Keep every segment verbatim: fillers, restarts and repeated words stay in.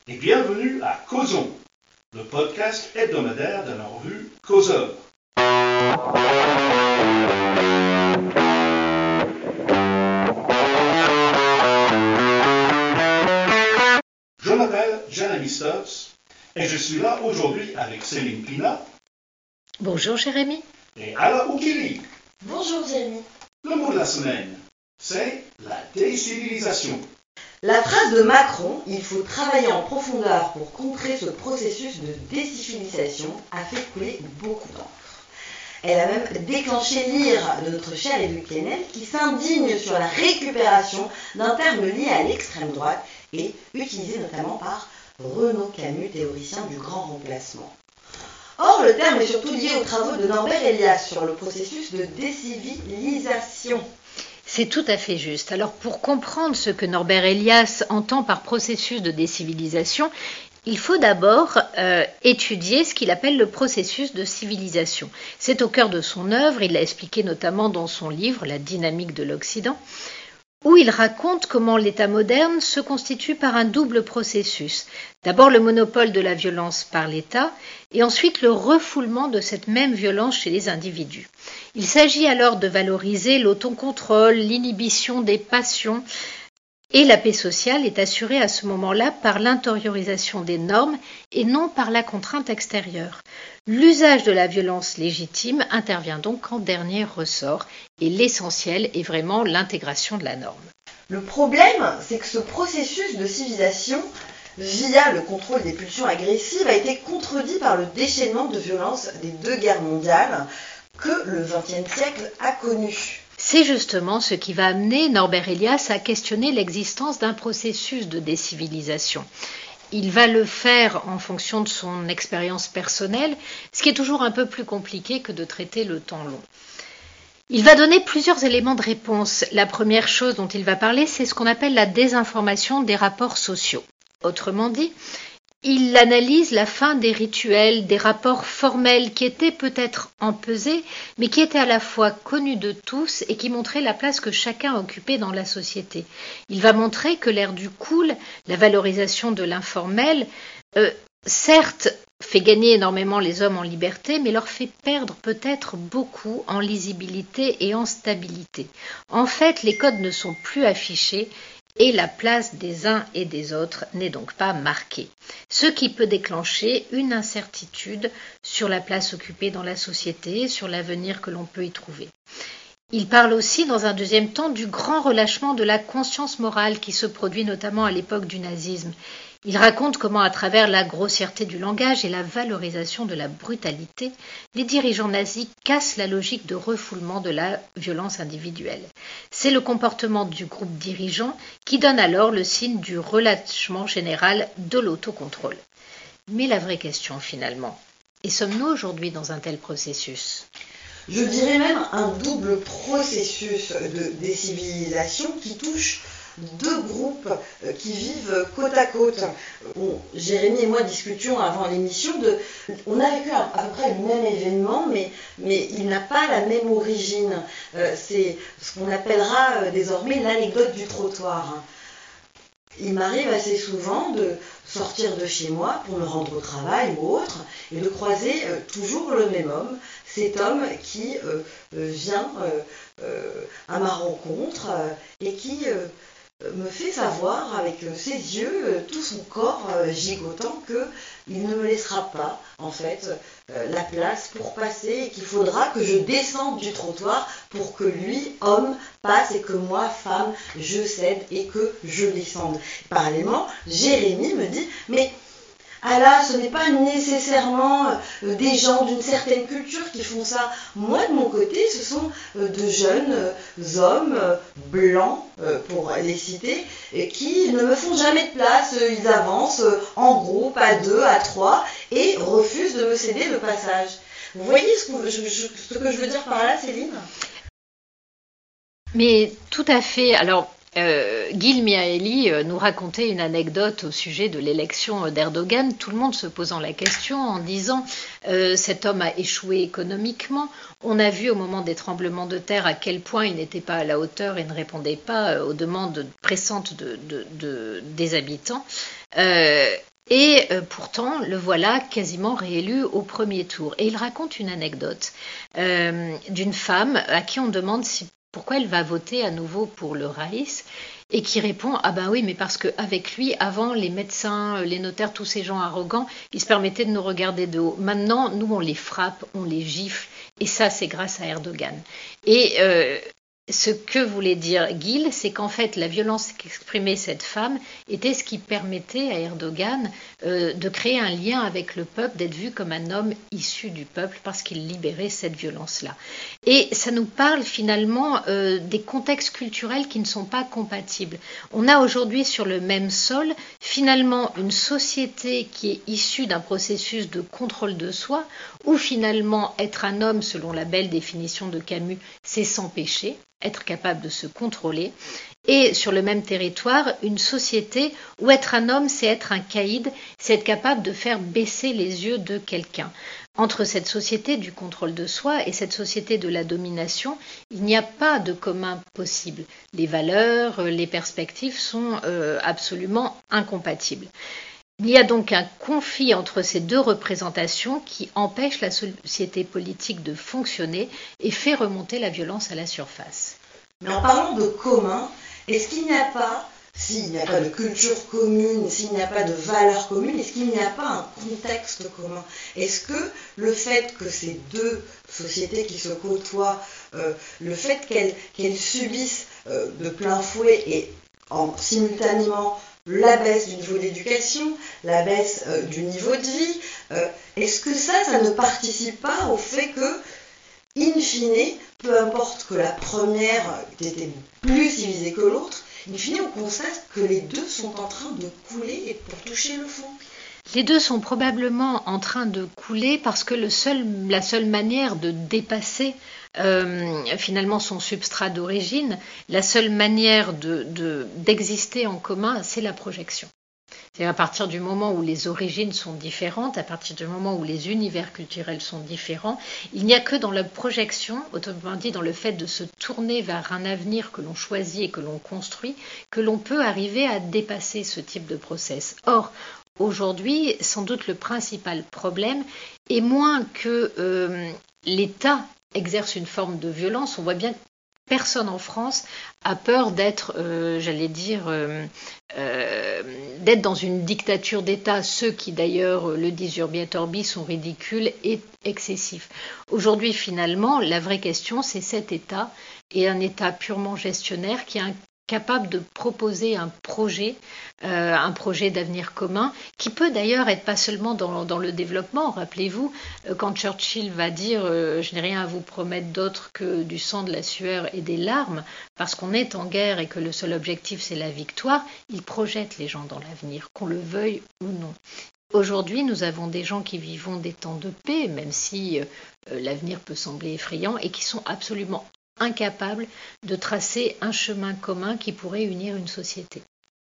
et bienvenue à Causons, le podcast hebdomadaire de la revue Causeur. Je m'appelle Jérémy Stubbs et je suis là aujourd'hui avec Céline Pina. Bonjour Jérémy. Et Ala Oukili. Bonjour Jérémy. Le mot de la semaine, c'est la décivilisation. La phrase de Macron, il faut travailler en profondeur pour contrer ce processus de décivilisation, a fait couler beaucoup d'encre. Elle a même déclenché l'ire de notre cher Édouard Kennel qui s'indigne sur la récupération d'un terme lié à l'extrême droite et utilisé notamment par Renaud Camus, théoricien du grand remplacement. Or, le terme est surtout lié aux travaux de Norbert Elias sur le processus de décivilisation. C'est tout à fait juste. Alors, pour comprendre ce que Norbert Elias entend par processus de décivilisation, il faut d'abord euh, étudier ce qu'il appelle le processus de civilisation. C'est au cœur de son œuvre, il l'a expliqué notamment dans son livre « La dynamique de l'Occident », où il raconte comment l'État moderne se constitue par un double processus. D'abord le monopole de la violence par l'État et ensuite le refoulement de cette même violence chez les individus. Il s'agit alors de valoriser l'autocontrôle, l'inhibition des passions et la paix sociale est assurée à ce moment-là par l'intériorisation des normes et non par la contrainte extérieure. L'usage de la violence légitime intervient donc en dernier ressort et l'essentiel est vraiment l'intégration de la norme. Le problème, c'est que ce processus de civilisation, via le contrôle des pulsions agressives, a été contredit par le déchaînement de violence des deux guerres mondiales que le vingtième siècle a connu. C'est justement ce qui va amener Norbert Elias à questionner l'existence d'un processus de décivilisation. Il va le faire en fonction de son expérience personnelle, ce qui est toujours un peu plus compliqué que de traiter le temps long. Il va donner plusieurs éléments de réponse. La première chose dont il va parler, c'est ce qu'on appelle la désinformation des rapports sociaux. Autrement dit, il analyse la fin des rituels, des rapports formels qui étaient peut-être empesés, mais qui étaient à la fois connus de tous et qui montraient la place que chacun occupait dans la société. Il va montrer que l'ère du cool, la valorisation de l'informel, euh, certes fait gagner énormément les hommes en liberté, mais leur fait perdre peut-être beaucoup en lisibilité et en stabilité. En fait, les codes ne sont plus affichés, et la place des uns et des autres n'est donc pas marquée, ce qui peut déclencher une incertitude sur la place occupée dans la société, sur l'avenir que l'on peut y trouver. Il parle aussi, dans un deuxième temps, du grand relâchement de la conscience morale qui se produit notamment à l'époque du nazisme. Il raconte comment, à travers la grossièreté du langage et la valorisation de la brutalité, les dirigeants nazis cassent la logique de refoulement de la violence individuelle. C'est le comportement du groupe dirigeant qui donne alors le signe du relâchement général de l'autocontrôle. Mais la vraie question finalement, et sommes-nous aujourd'hui dans un tel processus ? Je dirais même un double processus de décivilisation qui touche deux groupes qui vivent côte à côte. Bon, Jérémy et moi discutions avant l'émission de... On a vécu à, à peu près le même événement, mais, mais il n'a pas la même origine. Euh, c'est ce qu'on appellera euh, désormais l'anecdote du trottoir. Il m'arrive assez souvent de sortir de chez moi pour me rendre au travail ou autre et de croiser euh, toujours le même homme, cet homme qui euh, euh, vient euh, euh, à ma rencontre euh, et qui euh, me fait savoir avec euh, ses yeux, euh, tout son corps euh, gigotant qu'il ne me laissera pas en fait euh, la place pour passer et qu'il faudra que je descende du trottoir pour que lui, homme, passe et que moi, femme, je cède et que je descende. Parallèlement, Jérémy me dit « mais ah là, ce n'est pas nécessairement euh, des gens d'une certaine culture qui font ça. Moi, de mon côté, ce sont euh, de jeunes euh, hommes euh, blancs, euh, pour les citer, et qui ne me font jamais de place. Euh, ils avancent euh, en groupe, à deux, à trois, et refusent de me céder le passage. » Vous voyez ce que je, je, ce que je veux dire par là, Céline ? Mais tout à fait. Alors, Euh, Gil Mihaeli euh, nous racontait une anecdote au sujet de l'élection d'Erdogan, tout le monde se posant la question en disant euh, cet homme a échoué économiquement. On a vu au moment des tremblements de terre à quel point il n'était pas à la hauteur et ne répondait pas aux demandes pressantes de, de, de, des habitants. Euh, Et euh, pourtant, le voilà quasiment réélu au premier tour. Et il raconte une anecdote euh, d'une femme à qui on demande si, pourquoi elle va voter à nouveau pour le Raïs, et qui répond « Ah ben oui, mais parce qu'avec lui, avant, les médecins, les notaires, tous ces gens arrogants, ils se permettaient de nous regarder de haut. Maintenant, nous, on les frappe, on les gifle, et ça, c'est grâce à Erdogan. » Et euh, ce que voulait dire Gül, c'est qu'en fait, la violence qu'exprimait cette femme était ce qui permettait à Erdogan euh, de créer un lien avec le peuple, d'être vu comme un homme issu du peuple, parce qu'il libérait cette violence-là. Et ça nous parle finalement euh, des contextes culturels qui ne sont pas compatibles. On a aujourd'hui sur le même sol, finalement, une société qui est issue d'un processus de contrôle de soi, où finalement, être un homme, selon la belle définition de Camus, c'est sans péché, être capable de se contrôler, et sur le même territoire, une société où être un homme, c'est être un caïd, c'est être capable de faire baisser les yeux de quelqu'un. Entre cette société du contrôle de soi et cette société de la domination, il n'y a pas de commun possible. Les valeurs, les perspectives sont euh, absolument incompatibles. Il y a donc un conflit entre ces deux représentations qui empêche la société politique de fonctionner et fait remonter la violence à la surface. Mais en parlant de commun, est-ce qu'il n'y a pas, s'il n'y a pas de culture commune, s'il n'y a pas de valeurs communes, est-ce qu'il n'y a pas un contexte commun? Est-ce que le fait que ces deux sociétés qui se côtoient, euh, le fait qu'elles, qu'elles subissent euh, de plein fouet et en, simultanément la baisse du niveau d'éducation, la baisse euh, du niveau de vie, euh, est-ce que ça, ça ne participe pas au fait que, in fine, peu importe que la première était plus civilisée que l'autre, in fine, on constate que les deux sont en train de couler et pour toucher le fond. Les deux sont probablement en train de couler parce que le seul, la seule manière de dépasser euh, finalement son substrat d'origine, la seule manière de, de, d'exister en commun, c'est la projection. C'est à partir du moment où les origines sont différentes, à partir du moment où les univers culturels sont différents, il n'y a que dans la projection, autrement dit dans le fait de se tourner vers un avenir que l'on choisit et que l'on construit, que l'on peut arriver à dépasser ce type de process. Or, aujourd'hui, sans doute le principal problème est moins que euh, l'État exerce une forme de violence. On voit bien que personne en France a peur d'être, euh, j'allais dire, euh, euh, d'être dans une dictature d'État. Ceux qui d'ailleurs le disent urbi et orbi sont ridicules et excessifs. Aujourd'hui, finalement, la vraie question, c'est cet État et un État purement gestionnaire qui est capable de proposer un projet, euh, un projet d'avenir commun, qui peut d'ailleurs être pas seulement dans, dans le développement. Rappelez-vous, euh, quand Churchill va dire euh, « je n'ai rien à vous promettre d'autre que du sang, de la sueur et des larmes », parce qu'on est en guerre et que le seul objectif c'est la victoire, il projette les gens dans l'avenir, qu'on le veuille ou non. Aujourd'hui, nous avons des gens qui vivent des temps de paix, même si euh, l'avenir peut sembler effrayant, et qui sont absolument incapables de tracer un chemin commun qui pourrait unir une société.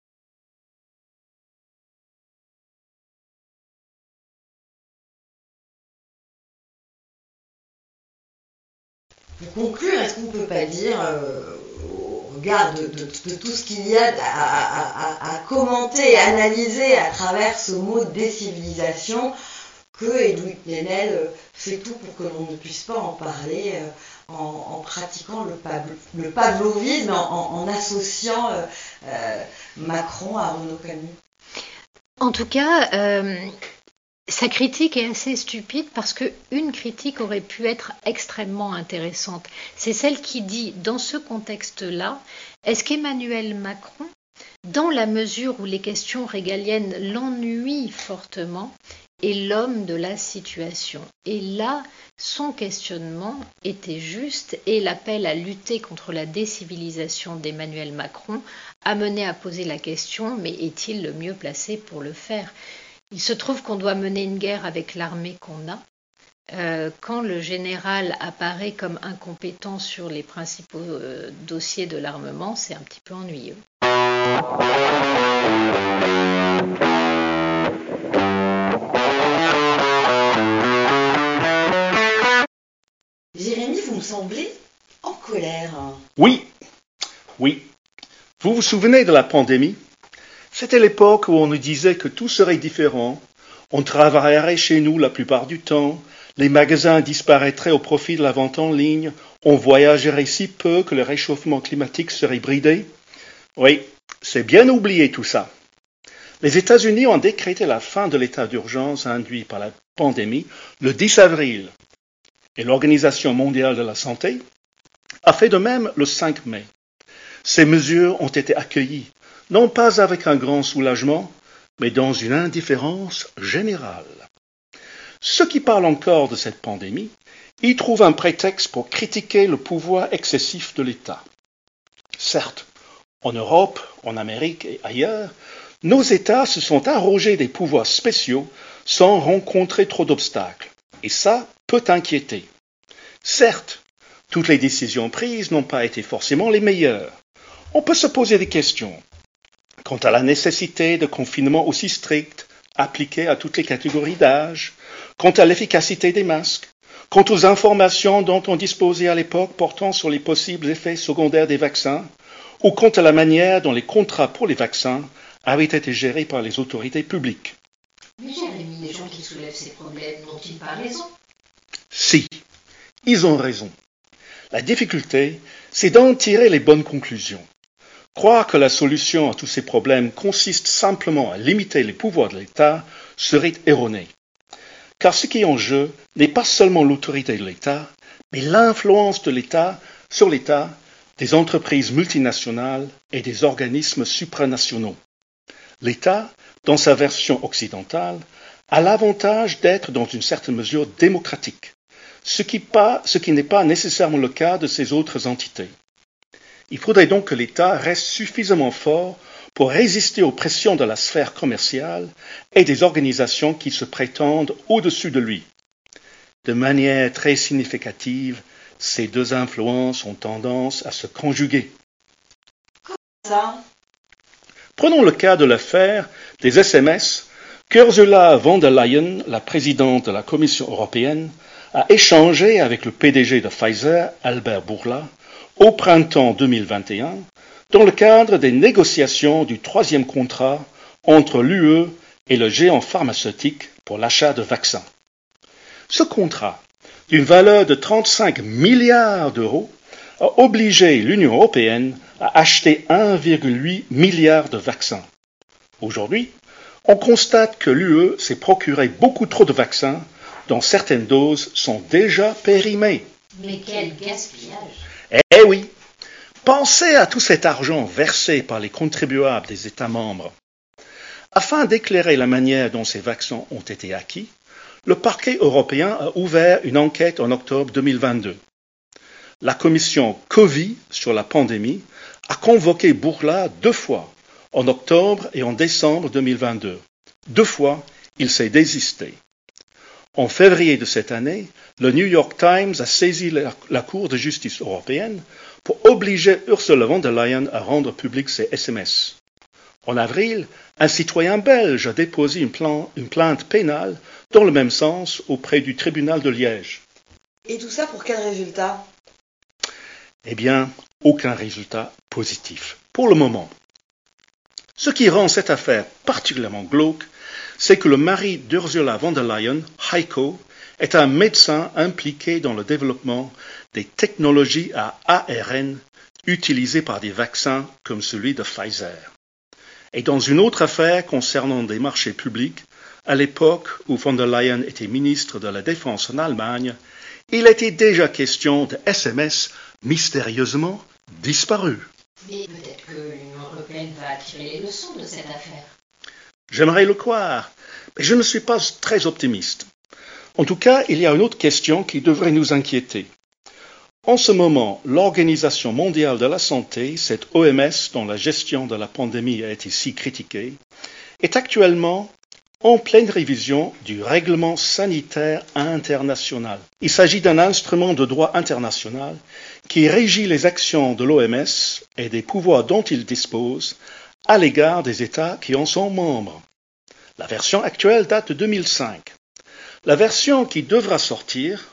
Pour conclure, est-ce qu'on ne peut pas dire, euh, au regard de, de, de tout ce qu'il y a à, à, à, à commenter et analyser à travers ce mot décivilisation, que Edoui Plenel fait tout pour que l'on ne puisse pas en parler euh, en, en pratiquant le, pavlo, le pavlovisme, en, en associant euh, euh, Macron à Renaud Camus? En tout cas, euh, sa critique est assez stupide parce qu'une critique aurait pu être extrêmement intéressante. C'est celle qui dit, dans ce contexte-là, est-ce qu'Emmanuel Macron, dans la mesure où les questions régaliennes l'ennuient fortement, est l'homme de la situation? Et là, son questionnement était juste et l'appel à lutter contre la décivilisation d'Emmanuel Macron a mené à poser la question, mais est-il le mieux placé pour le faire? Il se trouve qu'on doit mener une guerre avec l'armée qu'on a. Euh, quand le général apparaît comme incompétent sur les principaux euh, dossiers de l'armement, c'est un petit peu ennuyeux. Jérémy, vous me semblez en colère. Oui, oui. Vous vous souvenez de la pandémie? C'était l'époque où on nous disait que tout serait différent, on travaillerait chez nous la plupart du temps, les magasins disparaîtraient au profit de la vente en ligne, on voyagerait si peu que le réchauffement climatique serait bridé. Oui, c'est bien oublié tout ça. Les États-Unis ont décrété la fin de l'état d'urgence induit par la pandémie le dix avril et l'Organisation mondiale de la santé a fait de même le cinq mai. Ces mesures ont été accueillies, non pas avec un grand soulagement, mais dans une indifférence générale. Ceux qui parlent encore de cette pandémie y trouvent un prétexte pour critiquer le pouvoir excessif de l'État. Certes, en Europe, en Amérique et ailleurs, nos États se sont arrogés des pouvoirs spéciaux sans rencontrer trop d'obstacles, et ça peut inquiéter. Certes, toutes les décisions prises n'ont pas été forcément les meilleures. On peut se poser des questions quant à la nécessité de confinement aussi strict appliqué à toutes les catégories d'âge, quant à l'efficacité des masques, quant aux informations dont on disposait à l'époque portant sur les possibles effets secondaires des vaccins, ou quant à la manière dont les contrats pour les vaccins avaient été gérés par les autorités publiques. Mais Jérémy, les gens qui soulèvent ces problèmes n'ont-ils pas raison? Si, ils ont raison. La difficulté, c'est d'en tirer les bonnes conclusions. Croire que la solution à tous ces problèmes consiste simplement à limiter les pouvoirs de l'État serait erroné. Car ce qui est en jeu n'est pas seulement l'autorité de l'État, mais l'influence de l'État sur l'État, des entreprises multinationales et des organismes supranationaux. L'État, dans sa version occidentale, a l'avantage d'être dans une certaine mesure démocratique, ce qui, pas, ce qui n'est pas nécessairement le cas de ces autres entités. Il faudrait donc que l'État reste suffisamment fort pour résister aux pressions de la sphère commerciale et des organisations qui se prétendent au-dessus de lui. De manière très significative, ces deux influences ont tendance à se conjuguer. Comment ça? Prenons le cas de l'affaire des S M S qu'Ursula von der Leyen, la présidente de la Commission européenne, a échangé avec le P D G de Pfizer, Albert Bourla, au printemps deux mille vingt et un, dans le cadre des négociations du troisième contrat entre l'U E et le géant pharmaceutique pour l'achat de vaccins. Ce contrat, d'une valeur de trente-cinq milliards d'euros, a obligé l'Union européenne à acheter un virgule huit milliard de vaccins. Aujourd'hui, on constate que l'U E s'est procuré beaucoup trop de vaccins dont certaines doses sont déjà périmées. Mais quel gaspillage! Eh oui! Pensez à tout cet argent versé par les contribuables des États membres. Afin d'éclairer la manière dont ces vaccins ont été acquis, le parquet européen a ouvert une enquête en octobre deux mille vingt-deux. La commission Covid sur la pandémie a convoqué Bourla deux fois, en octobre et en décembre deux mille vingt-deux. Deux fois, il s'est désisté. En février de cette année, le New York Times a saisi la, la Cour de justice européenne pour obliger Ursula von der Leyen à rendre public ses S M S. En avril, un citoyen belge a déposé une, plan, une plainte pénale dans le même sens auprès du tribunal de Liège. Et tout ça pour quel résultat? Eh bien, aucun résultat positif, pour le moment. Ce qui rend cette affaire particulièrement glauque, c'est que le mari d'Ursula von der Leyen, Heiko, est un médecin impliqué dans le développement des technologies à A R N utilisées par des vaccins comme celui de Pfizer. Et dans une autre affaire concernant des marchés publics, à l'époque où von der Leyen était ministre de la Défense en Allemagne, il était déjà question de S M S mystérieusement disparus. Mais peut-être que l'Union européenne va tirer les leçons de cette affaire. J'aimerais le croire, mais je ne suis pas très optimiste. En tout cas, il y a une autre question qui devrait nous inquiéter. En ce moment, l'Organisation mondiale de la santé, cette O M S dont la gestion de la pandémie a été si critiquée, est actuellement en pleine révision du règlement sanitaire international. Il s'agit d'un instrument de droit international qui régit les actions de l'O M S et des pouvoirs dont il dispose à l'égard des États qui en sont membres. La version actuelle date de deux mille cinq. La version qui devra sortir,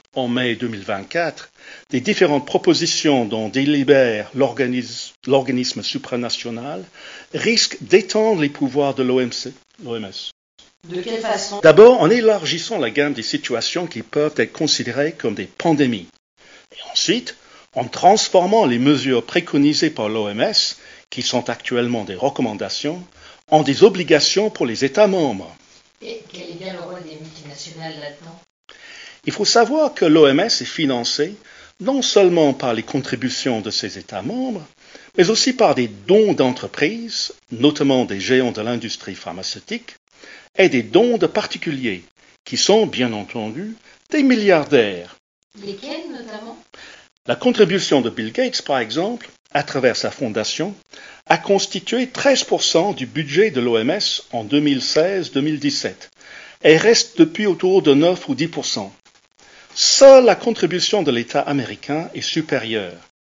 en mai deux mille vingt-quatre, des différentes propositions dont délibère l'organisme, l'organisme supranational risquent d'étendre les pouvoirs de l'O M S. De quelle façon? D'abord, en élargissant la gamme des situations qui peuvent être considérées comme des pandémies. Et ensuite, en transformant les mesures préconisées par l'O M S, qui sont actuellement des recommandations, en des obligations pour les États membres. Et quel est bien le rôle des multinationales là-dedans? Il faut savoir que l'O M S est financé non seulement par les contributions de ses États membres, mais aussi par des dons d'entreprises, notamment des géants de l'industrie pharmaceutique, et des dons de particuliers, qui sont, bien entendu, des milliardaires. Lesquels, notamment? La contribution de Bill Gates, par exemple, à travers sa fondation, a constitué treize pour cent du budget de l'O M S en deux mille seize deux mille dix-sept et reste depuis autour de neuf ou dix pour cent. Seule la contribution de l'État américain est supérieure.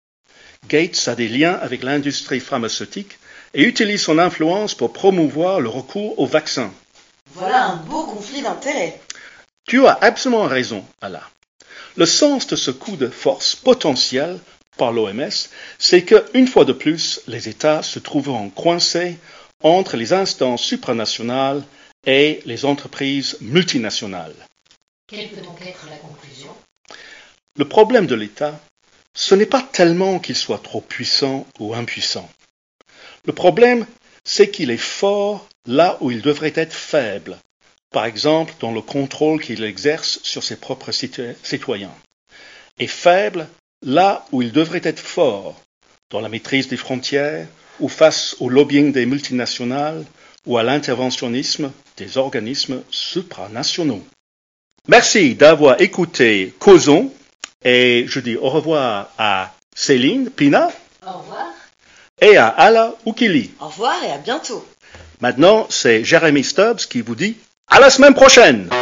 Gates a des liens avec l'industrie pharmaceutique et utilise son influence pour promouvoir le recours aux vaccins. Voilà un beau conflit d'intérêts. Tu as absolument raison, Ala. Le sens de ce coup de force potentiel par l'O M S, c'est qu'une fois de plus, les États se trouveront coincés entre les instances supranationales et les entreprises multinationales. Quelle peut donc être la conclusion? Le problème de l'État, ce n'est pas tellement qu'il soit trop puissant ou impuissant. Le problème, c'est qu'il est fort là où il devrait être faible, par exemple dans le contrôle qu'il exerce sur ses propres citoyens, et faible là où il devrait être fort, dans la maîtrise des frontières ou face au lobbying des multinationales ou à l'interventionnisme des organismes supranationaux. Merci d'avoir écouté Causons et je dis au revoir à Céline Pina. Au revoir. Et à Ala Oukili. Au revoir et à bientôt. Maintenant, c'est Jérémy Stubbs qui vous dit à la semaine prochaine.